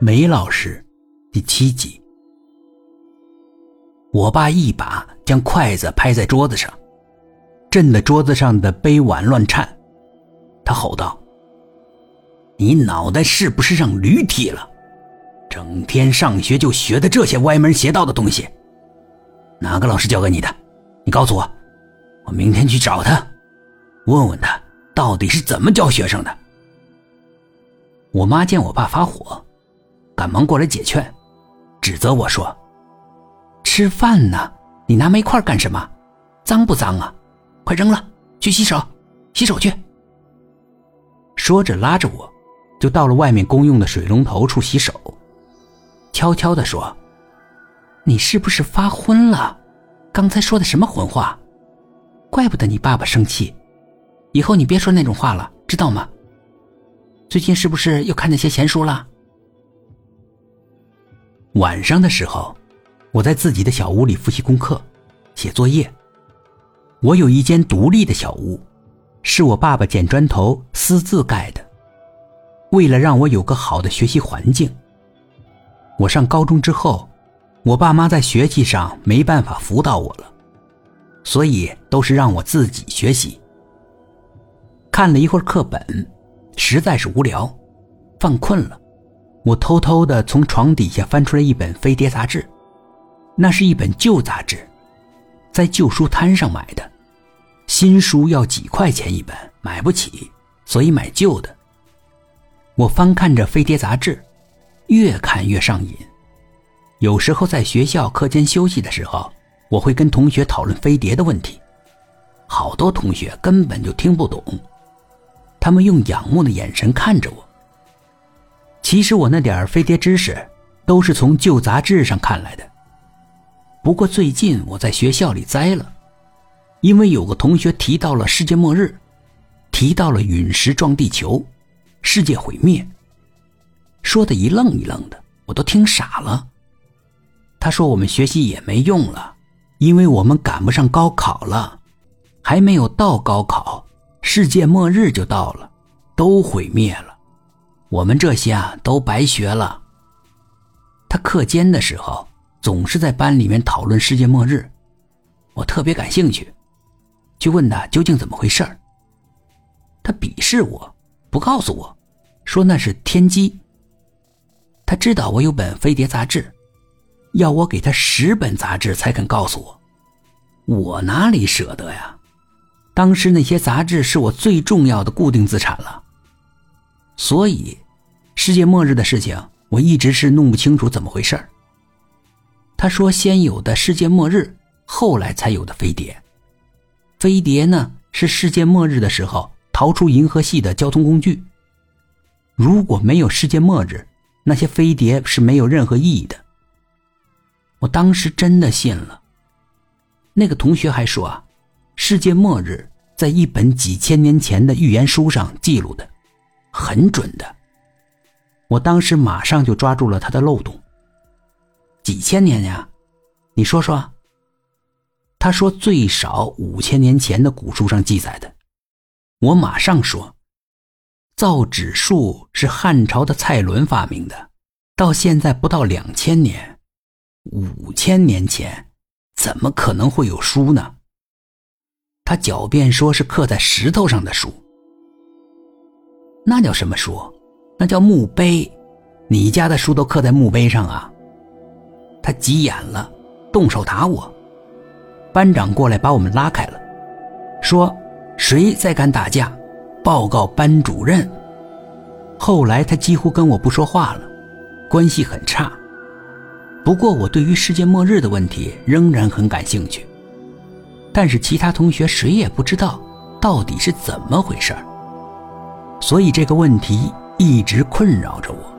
梅老师第7集。我爸一把将筷子拍在桌子上，震得桌子上的杯碗乱颤。他吼道：你脑袋是不是让驴踢了？整天上学就学的这些歪门邪道的东西，哪个老师教给你的？你告诉我，我明天去找他，问问他到底是怎么教学生的。我妈见我爸发火，赶忙过来解劝，指责我说：吃饭呢，你拿煤块干什么？脏不脏啊？快扔了，去洗手，洗手去。说着拉着我就到了外面公用的水龙头处洗手，悄悄地说：你是不是发昏了？刚才说的什么混话？怪不得你爸爸生气，以后你别说那种话了，知道吗？最近是不是又看那些闲书了？晚上的时候，我在自己的小屋里复习功课，写作业。我有一间独立的小屋，是我爸爸捡砖头私自盖的，为了让我有个好的学习环境。我上高中之后，我爸妈在学习上没办法辅导我了，所以都是让我自己学习。看了一会儿课本，实在是无聊，犯困了，我偷偷地从床底下翻出来一本飞碟杂志。那是一本旧杂志，在旧书摊上买的，新书要几块钱一本，买不起，所以买旧的。我翻看着飞碟杂志，越看越上瘾。有时候在学校课间休息的时候，我会跟同学讨论飞碟的问题，好多同学根本就听不懂，他们用仰慕的眼神看着我。其实我那点飞碟知识都是从旧杂志上看来的。不过最近我在学校里栽了，因为有个同学提到了世界末日，提到了陨石撞地球，世界毁灭，说得一愣一愣的，我都听傻了。他说我们学习也没用了，因为我们赶不上高考了，还没有到高考，世界末日就到了，都毁灭了，我们这些都白学了。他课间的时候总是在班里面讨论世界末日，我特别感兴趣，去问他究竟怎么回事儿。他鄙视我，不告诉我，说那是天机。他知道我有本飞碟杂志，要我给他10本杂志才肯告诉我。我哪里舍得呀？当时那些杂志是我最重要的固定资产了。所以世界末日的事情我一直是弄不清楚怎么回事儿。他说先有的世界末日，后来才有的飞碟。飞碟呢，是世界末日的时候逃出银河系的交通工具。如果没有世界末日，那些飞碟是没有任何意义的。我当时真的信了。那个同学还说世界末日在一本几千年前的预言书上记录的，很准的。我当时马上就抓住了他的漏洞。几千年呀？你说说。他说最少5000年前的古书上记载的。我马上说，造纸术是汉朝的蔡伦发明的，到现在不到2000年，5000年前怎么可能会有书呢？他狡辩说是刻在石头上的书。那叫什么书？那叫墓碑。你家的书都刻在墓碑上啊？他急眼了，动手打我。班长过来把我们拉开了，说谁再敢打架，报告班主任。后来他几乎跟我不说话了，关系很差。不过我对于世界末日的问题仍然很感兴趣，但是其他同学谁也不知道到底是怎么回事，所以这个问题一直困扰着我。